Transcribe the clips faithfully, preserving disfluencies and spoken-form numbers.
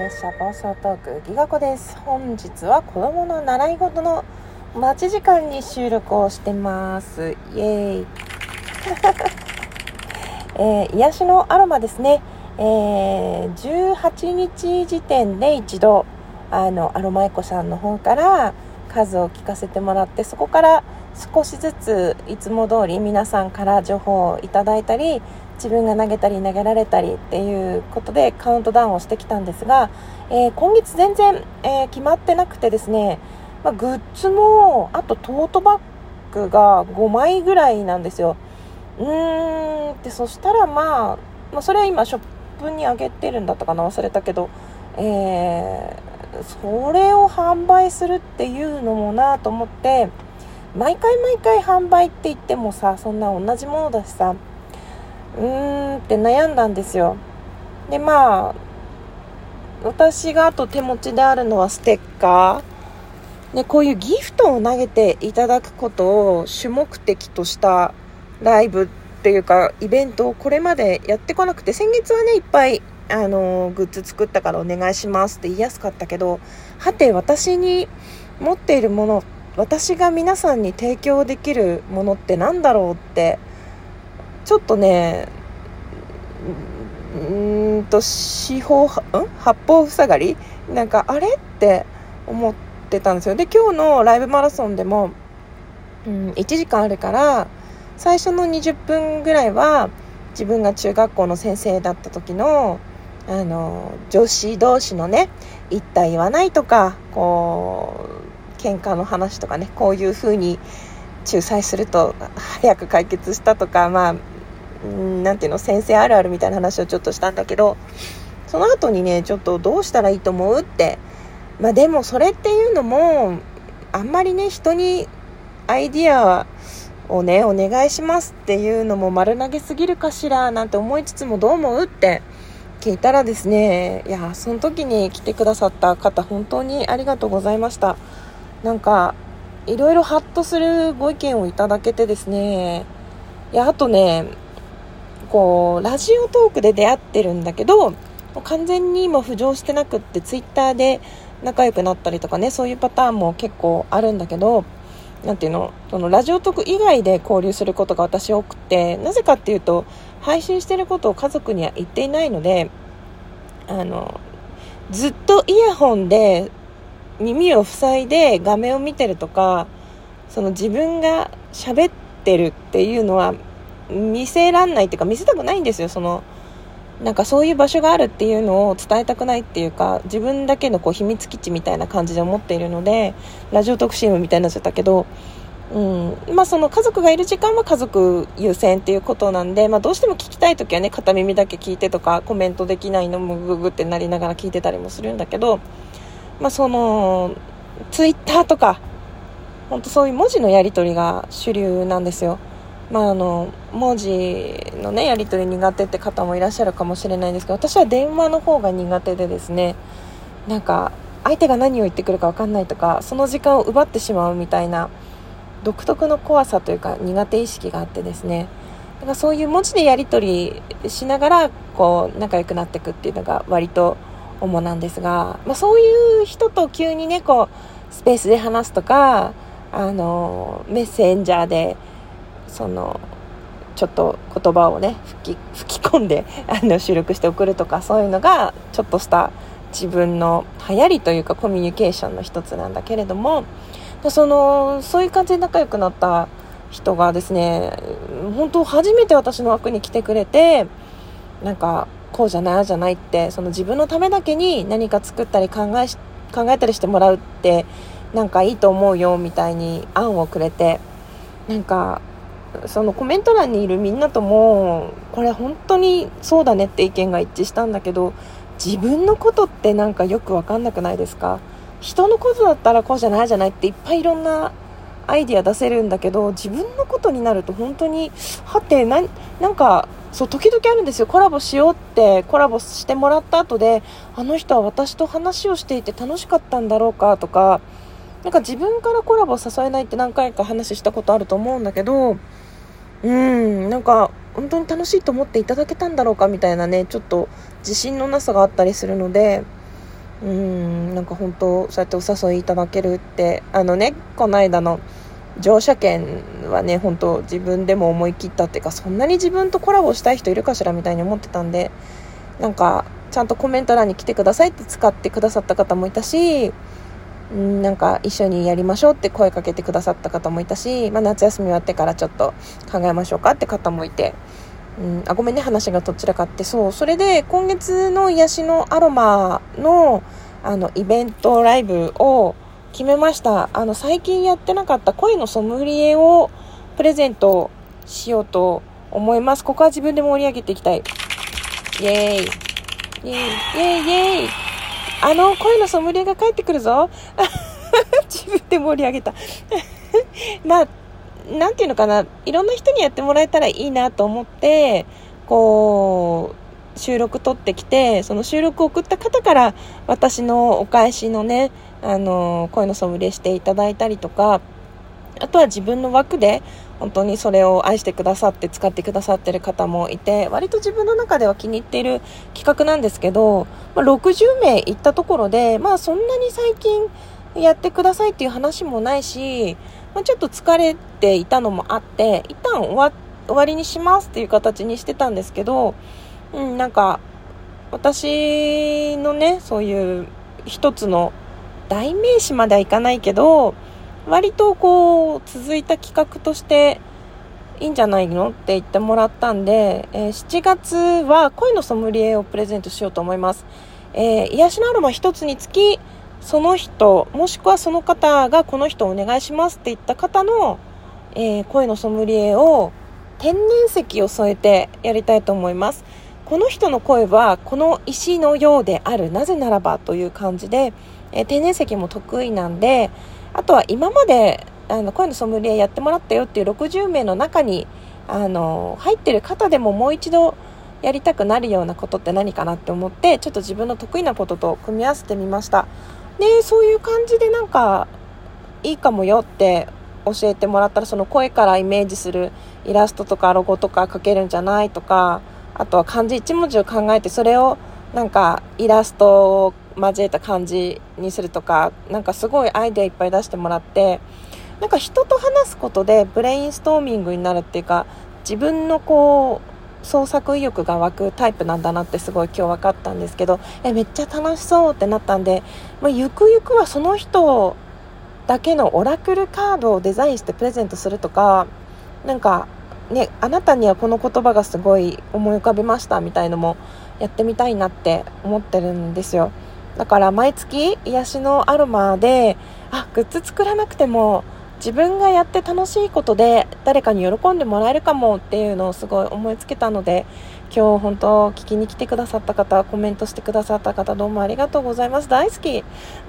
列車暴走トークギガ子です。本日は子供の習い事の待ち時間に収録をしてます。イエーイ、えー、癒しのアロマですね、えー、じゅうはちにち時点で一度あのアロマエコさんの方から数を聞かせてもらって、そこから少しずついつも通り皆さんから情報をいただいたり、自分が投げたり投げられたりっていうことでカウントダウンをしてきたんですが、えー、今月全然、えー、決まってなくてですね、まあ、グッズもあとトートバッグがごまいぐらいなんですよ。うーんでそしたら、まあ、まあそれは今ショップにあげてるんだったかな、忘れたけど、えー、それを販売するっていうのもなと思って、毎回毎回販売って言ってもさ、そんな同じものだしさ、うーんって悩んだんですよ。でまあ私があと手持ちであるのはステッカーで、こういうギフトを投げていただくことを主目的としたライブっていうかイベントをこれまでやってこなくて、先月はねいっぱいあのグッズ作ったからお願いしますって言いやすかったけど、はて私に持っているもの、私が皆さんに提供できるものってなんだろうってちょっとね、うーんと四方ん八方塞がりなんかあれって思ってたんですよ。で今日のライブマラソンでも、うん、いちじかんあるから最初のにじゅっぷんぐらいは自分が中学校の先生だった時のあの女子同士のね言った言わないとか、こう喧嘩の話とかね、こういう風に仲裁すると早く解決したとか、まあなんていうの、先生あるあるみたいな話をちょっとしたんだけど、その後にねちょっとどうしたらいいと思うって、まあでもそれっていうのもあんまりね人にアイディアをねお願いしますっていうのも丸投げすぎるかしらなんて思いつつも、どう思うって聞いたらですね、いやその時に来てくださった方本当にありがとうございました。なんかいろいろハッとするご意見をいただけてですね、いやあとねこうラジオトークで出会ってるんだけど完全に今浮上してなくって、ツイッターで仲良くなったりとかね、そういうパターンも結構あるんだけど、なんていうの、そのラジオトーク以外で交流することが私多くて、なぜかっていうと配信してることを家族には言っていないので、あのずっとイヤホンで耳を塞いで画面を見てるとか、その自分が喋ってるっていうのは見せらんないっていうか見せたくないんですよ。そのなんかそういう場所があるっていうのを伝えたくないっていうか、自分だけのこう秘密基地みたいな感じで思っているので、ラジオ特集みたいになっちゃったけど、うんまあ、その家族がいる時間は家族優先っていうことなんで、まあ、どうしても聞きたいときはね片耳だけ聞いてとか、コメントできないのもググってなりながら聞いてたりもするんだけど、まあ、そのツイッターとか本当そういう文字のやり取りが主流なんですよ。まあ、あの文字のねやり取り苦手って方もいらっしゃるかもしれないんですけど、私は電話の方が苦手でですね、なんか相手が何を言ってくるか分かんないとか、その時間を奪ってしまうみたいな独特の怖さというか苦手意識があってですね、だからそういう文字でやり取りしながらこう仲良くなっていくっていうのが割と主なんですが、まあ、そういう人と急にねこうスペースで話すとか、あのメッセンジャーでそのちょっと言葉をね吹き、吹き込んであの収録して送るとか、そういうのがちょっとした自分の流行りというかコミュニケーションの一つなんだけれども、そのそういう感じで仲良くなった人がですね、本当初めて私の枠に来てくれて、なんかこうじゃないああじゃないって、その自分のためだけに何か作ったり考えし考えたりしてもらうってなんかいいと思うよみたいに案をくれて、なんかそのコメント欄にいるみんなともこれ本当にそうだねって意見が一致したんだけど、自分のことってなんかよく分かんなくないですか？人のことだったらこうじゃないじゃないっていっぱいいろんなアイディア出せるんだけど、自分のことになると本当にはてな、なんかそう時々あるんですよ。コラボしようってコラボしてもらった後で、あの人は私と話をしていて楽しかったんだろうかとか、なんか自分からコラボ誘えないって何回か話したことあると思うんだけど、うんなんか本当に楽しいと思っていただけたんだろうかみたいなね、ちょっと自信のなさがあったりするので、 うーんなんか本当そうやってお誘いいただけるって、あのねこの間の乗車券はね本当自分でも思い切ったっていうか、そんなに自分とコラボしたい人いるかしらみたいに思ってたんで、なんかちゃんとコメント欄に来てくださいって使ってくださった方もいたし、んなんか一緒にやりましょうって声かけてくださった方もいたし、まあ、夏休み終わってからちょっと考えましょうかって方もいて、うんあごめんね話がどちらかって、そうそれで今月の癒しのアロマのあのイベントライブを決めました。あの最近やってなかった恋のソムリエをプレゼントしようと思います。ここは自分で盛り上げていきたい。イエーイイエーイイエーイイエーイ、あの恋のソムリエが帰ってくるぞ自分で盛り上げたまあなんていうのかな、いろんな人にやってもらえたらいいなと思ってこう収録撮ってきて、その収録を送った方から私のお返しのねあの恋のソムリエしていただいたりとか、あとは自分の枠で本当にそれを愛してくださって使ってくださってる方もいて、割と自分の中では気に入っている企画なんですけど、まあ、ろくじゅうめい行ったところで、まあそんなに最近やってくださいっていう話もないし、まあ、ちょっと疲れていたのもあって一旦終わ、終わりにしますっていう形にしてたんですけど、うん、なんか私のねそういう一つの代名詞まではいかないけど割とこう続いた企画としていいんじゃないのって言ってもらったんで、えー、しちがつは恋のソムリエをプレゼントしようと思います。えー、癒しのアロマ一つにつきその人もしくはその方がこの人お願いしますって言った方の、えー、恋のソムリエを天然石を添えてやりたいと思います。この人の声はこの石のようである、なぜならばという感じで、えー、天然石も得意なんで、あとは今まであの恋のソムリエやってもらったよっていうろくじゅうめいの中にあの入ってる方でももう一度やりたくなるようなことって何かなって思って、ちょっと自分の得意なことと組み合わせてみました。でそういう感じでなんかいいかもよって教えてもらったら、その声からイメージするイラストとかロゴとか描けるんじゃないとか、あとは漢字一文字を考えてそれをなんかイラストを交えた漢字にするとか、なんかすごいアイデアいっぱい出してもらって、なんか人と話すことでブレインストーミングになるっていうか、自分のこう創作意欲が湧くタイプなんだなってすごい今日分かったんですけど、えめっちゃ楽しそうってなったんで、まあ、ゆくゆくはその人だけのオラクルカードをデザインしてプレゼントするとか、なんかね、あなたにはこの言葉がすごい思い浮かびましたみたいのもやってみたいなって思ってるんですよ。だから毎月癒しのアロマで、あグッズ作らなくても自分がやって楽しいことで誰かに喜んでもらえるかもっていうのをすごい思いつけたので、今日本当聞きに来てくださった方、コメントしてくださった方、どうもありがとうございます。大好き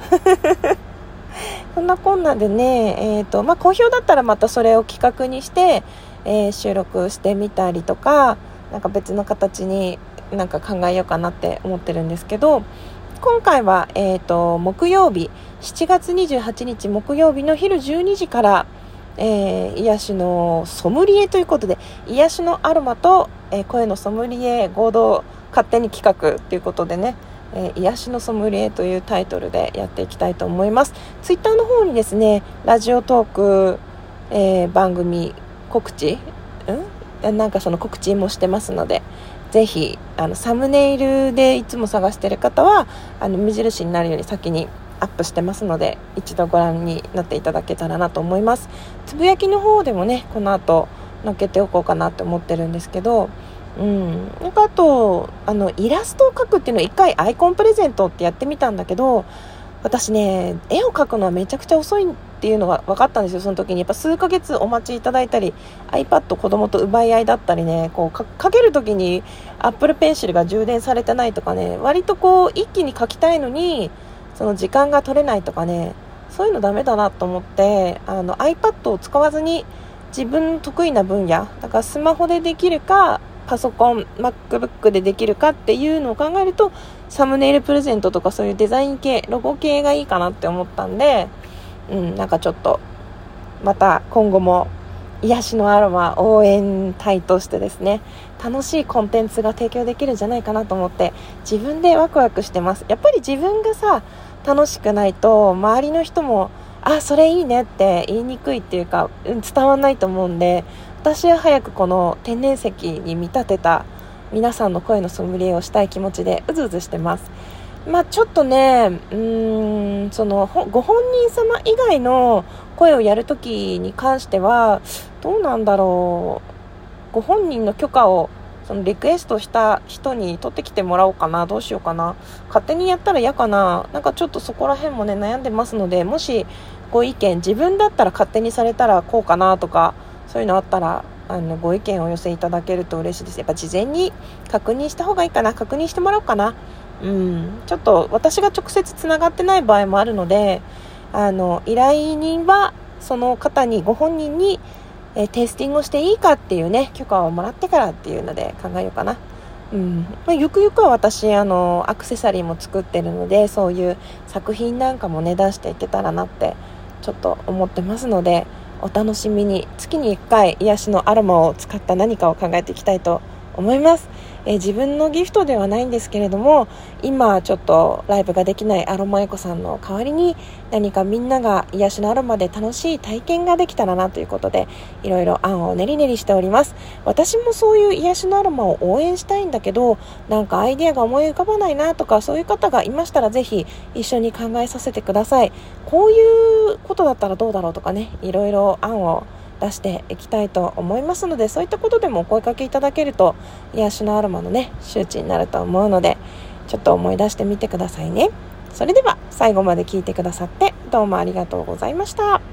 そんなこんなでね、えーとまあ、好評だったらまたそれを企画にして、えー、収録してみたりとか、なんか別の形になんか考えようかなって思ってるんですけど、今回は、えーと木曜日しちがつにじゅうはちにち木曜日の昼じゅうにじから、えー、癒しのソムリエということで、癒しのアロマと、えー、声のソムリエ合同勝手に企画ということでね、えー、癒しのソムリエというタイトルでやっていきたいと思います。ツイッターの方にですね、ラジオトーク、えー、番組告知んなんかその告知もしてますので、ぜひあのサムネイルでいつも探している方はあの無印になるように先にアップしてますので、一度ご覧になっていただけたらなと思います。つぶやきの方でもねこの後載っけておこうかなって思ってるんですけど、うん、なんかあとあのイラストを描くっていうのを一回アイコンプレゼントってやってみたんだけど、私ね絵を描くのはめちゃくちゃ遅いっていうのが分かったんですよ。その時にやっぱ数ヶ月お待ちいただいたり iPad 子供と奪い合いだったりね、こうか描ける時に Apple Pencil が充電されてないとかね、割とこう一気に描きたいのにその時間が取れないとかね、そういうのダメだなと思って、あの iPad を使わずに自分の得意な分野だからスマホでできるかパソコン MacBook でできるかっていうのを考えると、サムネイルプレゼントとかそういうデザイン系ロゴ系がいいかなって思ったんで、うん、なんかちょっとまた今後も癒しのアロマ応援隊としてですね、楽しいコンテンツが提供できるんじゃないかなと思って自分でワクワクしてます。やっぱり自分がさ楽しくないと周りの人もあそれいいねって言いにくいっていうか伝わらないと思うんで、私は早くこの天然石に見立てた皆さんの声のソムリエをしたい気持ちでうずうずしてます。まあちょっとねうーんそのご本人様以外の声をやるときに関してはどうなんだろう、ご本人の許可をそのリクエストした人に取ってきてもらおうかな、どうしようかな、勝手にやったら嫌かな、なんかちょっとそこら辺もね悩んでますので、もしご意見自分だったら勝手にされたらこうかなとかそういうのあったらあのご意見をお寄せいただけると嬉しいです。やっぱ事前に確認した方がいいかな、確認してもらおうかな。うん、ちょっと私が直接つながってない場合もあるので、あの依頼人はその方にご本人にえー、テイスティングをしていいかっていうね許可をもらってからっていうので考えようかな。うんまあ、ゆくゆくは私あのアクセサリーも作ってるので、そういう作品なんかもね出していけたらなってちょっと思ってますので、お楽しみに。月にいっかい癒しのアロマを使った何かを考えていきたいと思います。えー、自分のギフトではないんですけれども、今ちょっとライブができないアロマエコさんの代わりに何かみんなが癒しのアロマで楽しい体験ができたらなということで、いろいろ案を練り練りしております。私もそういう癒しのアロマを応援したいんだけど、なんかアイデアが思い浮かばないなとか、そういう方がいましたらぜひ一緒に考えさせてください。こういうことだったらどうだろうとかね、いろいろ案を出していきたいと思いますので、そういったことでもお声掛けいただけると癒しのアロマのね周知になると思うので、ちょっと思い出してみてくださいね。それでは最後まで聞いてくださってどうもありがとうございました。